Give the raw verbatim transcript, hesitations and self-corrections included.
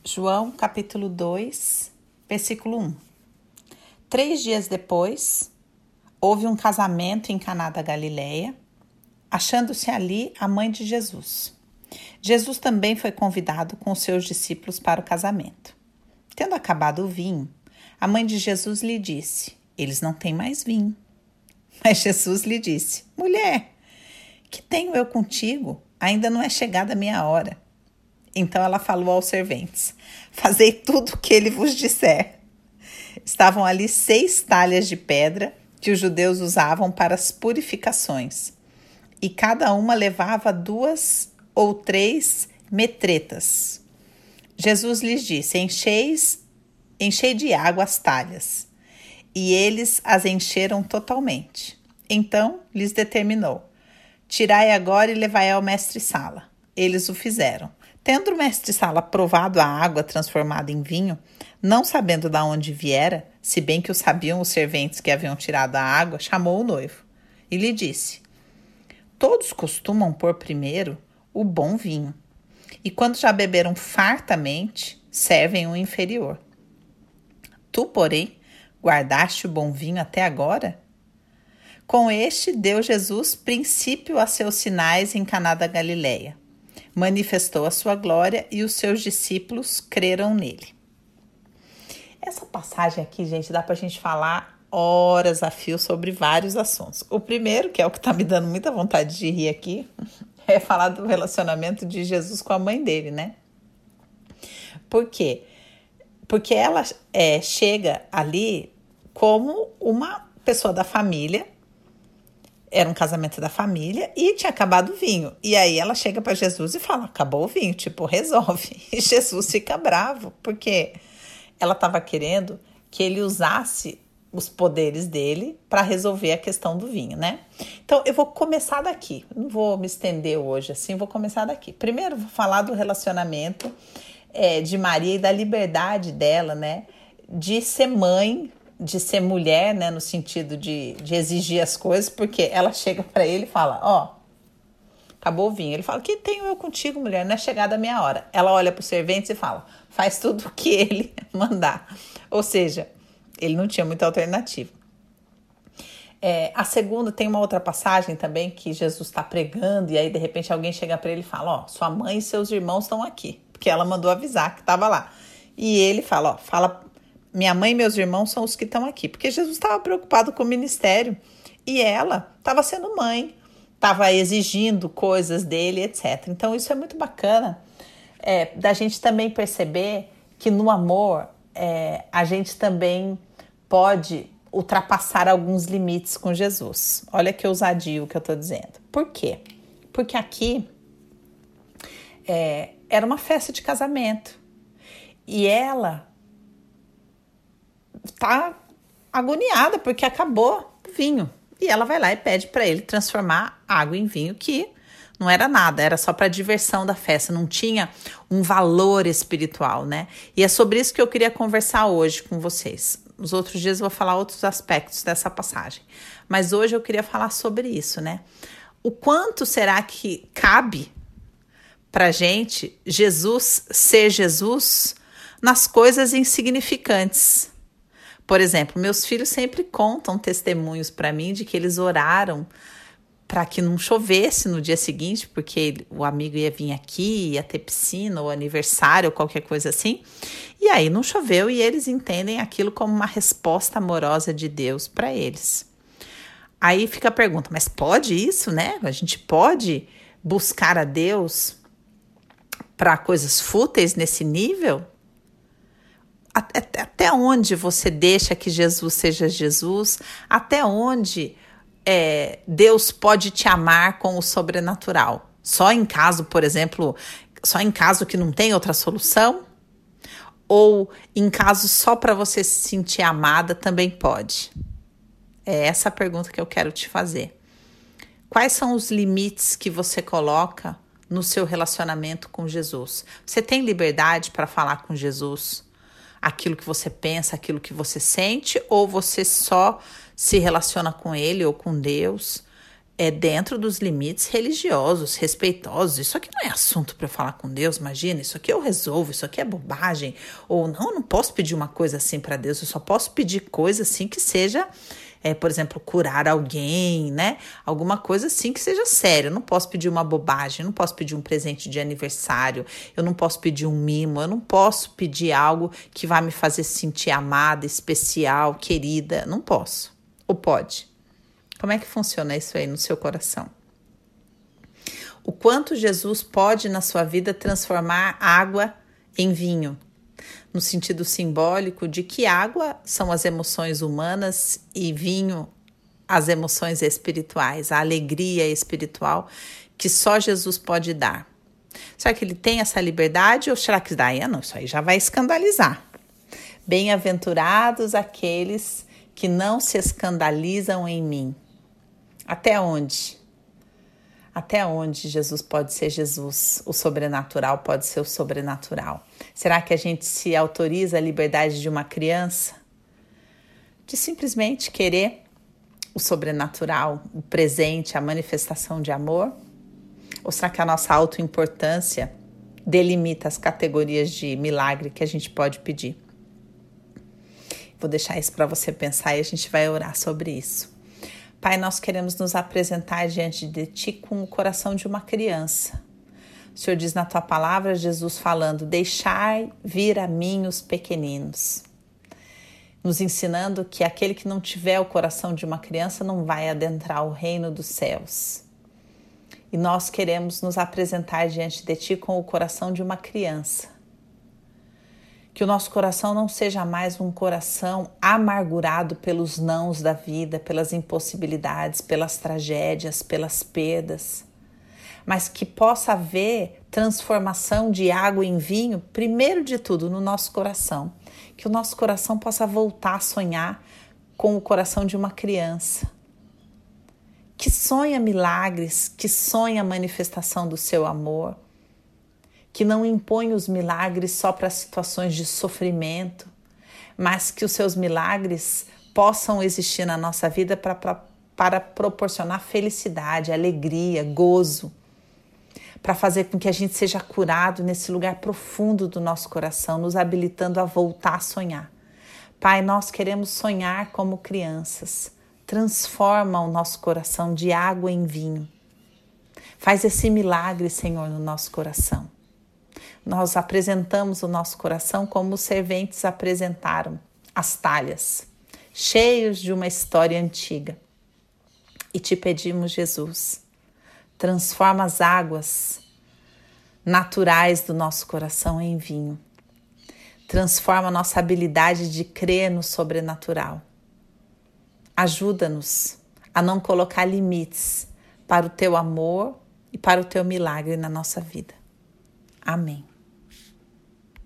João capítulo dois, versículo um. Três dias depois, houve um casamento em Caná da Galileia, achando-se ali a mãe de Jesus. Jesus também foi convidado com seus discípulos para o casamento. Tendo acabado o vinho, a mãe de Jesus lhe disse: eles não têm mais vinho. Mas Jesus lhe disse: mulher, que tenho eu contigo? Ainda não é chegada a minha hora. Então ela falou aos serventes: fazei tudo o que ele vos disser. Estavam ali seis talhas de pedra que os judeus usavam para as purificações, e cada uma levava duas ou três metretas. Jesus lhes disse: encheis, enchei de água as talhas. E eles as encheram totalmente. Então lhes determinou: tirai agora e levai ao mestre-sala. Eles o fizeram. Tendo o mestre-sala provado a água transformada em vinho, não sabendo de onde viera, se bem que o sabiam os serventes que haviam tirado a água, chamou o noivo e lhe disse: todos costumam pôr primeiro o bom vinho, e quando já beberam fartamente, servem o inferior. Tu, porém, guardaste o bom vinho até agora? Com este deu Jesus princípio a seus sinais em Caná da Galileia. Manifestou a sua glória e os seus discípulos creram nele. Essa passagem aqui, gente, dá pra gente falar horas a fio sobre vários assuntos. O primeiro, que é o que tá me dando muita vontade de rir aqui, é falar do relacionamento de Jesus com a mãe dele, né? Por quê? Porque ela é, chega ali como uma pessoa da família. Era um casamento da família e tinha acabado o vinho. E aí ela chega para Jesus e fala: acabou o vinho, tipo, resolve. E Jesus fica bravo, porque ela estava querendo que ele usasse os poderes dele para resolver a questão do vinho, né? Então, eu vou começar daqui. Não vou me estender hoje, assim, vou começar daqui. Primeiro, vou falar do relacionamento é, de Maria e da liberdade dela, né? De ser mãe, de ser mulher, né, no sentido de, de exigir as coisas, porque ela chega para ele e fala: ó, oh, acabou o vinho. Ele fala: que tenho eu contigo, mulher, não é chegada a minha hora. Ela olha para os serventes e fala: faz tudo o que ele mandar. Ou seja, ele não tinha muita alternativa. É, a segunda, tem uma outra passagem também que Jesus está pregando e aí de repente alguém chega para ele e fala: ó, oh, sua mãe e seus irmãos estão aqui, porque ela mandou avisar que estava lá. E ele fala: ó, fala minha mãe e meus irmãos são os que estão aqui. Porque Jesus estava preocupado com o ministério. E ela estava sendo mãe. Estava exigindo coisas dele, etcétera. Então, isso é muito bacana. É, da gente também perceber que no amor, é, a gente também pode ultrapassar alguns limites com Jesus. Olha que ousadio que eu estou dizendo. Por quê? Porque aqui é, era uma festa de casamento. E ela tá agoniada porque acabou o vinho. E ela vai lá e pede para ele transformar água em vinho, que não era nada, era só para diversão da festa, não tinha um valor espiritual, né? E é sobre isso que eu queria conversar hoje com vocês. Nos outros dias eu vou falar outros aspectos dessa passagem, mas hoje eu queria falar sobre isso, né? O quanto será que cabe pra gente Jesus ser Jesus nas coisas insignificantes? Por exemplo, meus filhos sempre contam testemunhos para mim de que eles oraram para que não chovesse no dia seguinte, porque o amigo ia vir aqui, ia ter piscina ou aniversário ou qualquer coisa assim. E aí não choveu e eles entendem aquilo como uma resposta amorosa de Deus para eles. Aí fica a pergunta: mas pode isso, né? A gente pode buscar a Deus para coisas fúteis nesse nível? Até onde você deixa que Jesus seja Jesus? Até onde é, Deus pode te amar com o sobrenatural? Só em caso, por exemplo, só em caso que não tem outra solução? Ou em caso só para você se sentir amada também pode? É essa a pergunta que eu quero te fazer. Quais são os limites que você coloca no seu relacionamento com Jesus? Você tem liberdade para falar com Jesus aquilo que você pensa, aquilo que você sente, ou você só se relaciona com ele ou com Deus é dentro dos limites religiosos, respeitosos. Isso aqui não é assunto para eu falar com Deus, imagina, isso aqui eu resolvo, isso aqui é bobagem. Ou não, eu não posso pedir uma coisa assim para Deus, eu só posso pedir coisa assim que seja, é, por exemplo, curar alguém, né? Alguma coisa assim que seja séria. Eu não posso pedir uma bobagem, eu não posso pedir um presente de aniversário, eu não posso pedir um mimo, eu não posso pedir algo que vai me fazer sentir amada, especial, querida. Não posso. Ou pode? Como é que funciona isso aí no seu coração? O quanto Jesus pode na sua vida transformar água em vinho, no sentido simbólico de que água são as emoções humanas e vinho as emoções espirituais, a alegria espiritual que só Jesus pode dar. Será que ele tem essa liberdade ou será que dá? Ah, não, isso aí já vai escandalizar. Bem-aventurados aqueles que não se escandalizam em mim. Até onde? Até onde Jesus pode ser Jesus? O sobrenatural pode ser o sobrenatural. Será que a gente se autoriza a liberdade de uma criança? De simplesmente querer o sobrenatural, o presente, a manifestação de amor? Ou será que a nossa autoimportância delimita as categorias de milagre que a gente pode pedir? Vou deixar isso para você pensar e a gente vai orar sobre isso. Pai, nós queremos nos apresentar diante de Ti com o coração de uma criança. O Senhor diz na Tua palavra, Jesus falando, deixai vir a mim os pequeninos. Nos ensinando que aquele que não tiver o coração de uma criança não vai adentrar o reino dos céus. E nós queremos nos apresentar diante de Ti com o coração de uma criança. Que o nosso coração não seja mais um coração amargurado pelos nãos da vida, pelas impossibilidades, pelas tragédias, pelas perdas, mas que possa haver transformação de água em vinho, primeiro de tudo, no nosso coração. Que o nosso coração possa voltar a sonhar com o coração de uma criança, que sonha milagres, que sonha a manifestação do seu amor, que não impõe os milagres só para situações de sofrimento, mas que os seus milagres possam existir na nossa vida para, para, para proporcionar felicidade, alegria, gozo, para fazer com que a gente seja curado nesse lugar profundo do nosso coração, nos habilitando a voltar a sonhar. Pai, nós queremos sonhar como crianças. Transforma o nosso coração de água em vinho. Faz esse milagre, Senhor, no nosso coração. Nós apresentamos o nosso coração como os serventes apresentaram as talhas, cheios de uma história antiga. E te pedimos, Jesus, transforma as águas naturais do nosso coração em vinho. Transforma a nossa habilidade de crer no sobrenatural. Ajuda-nos a não colocar limites para o teu amor e para o teu milagre na nossa vida. Amém.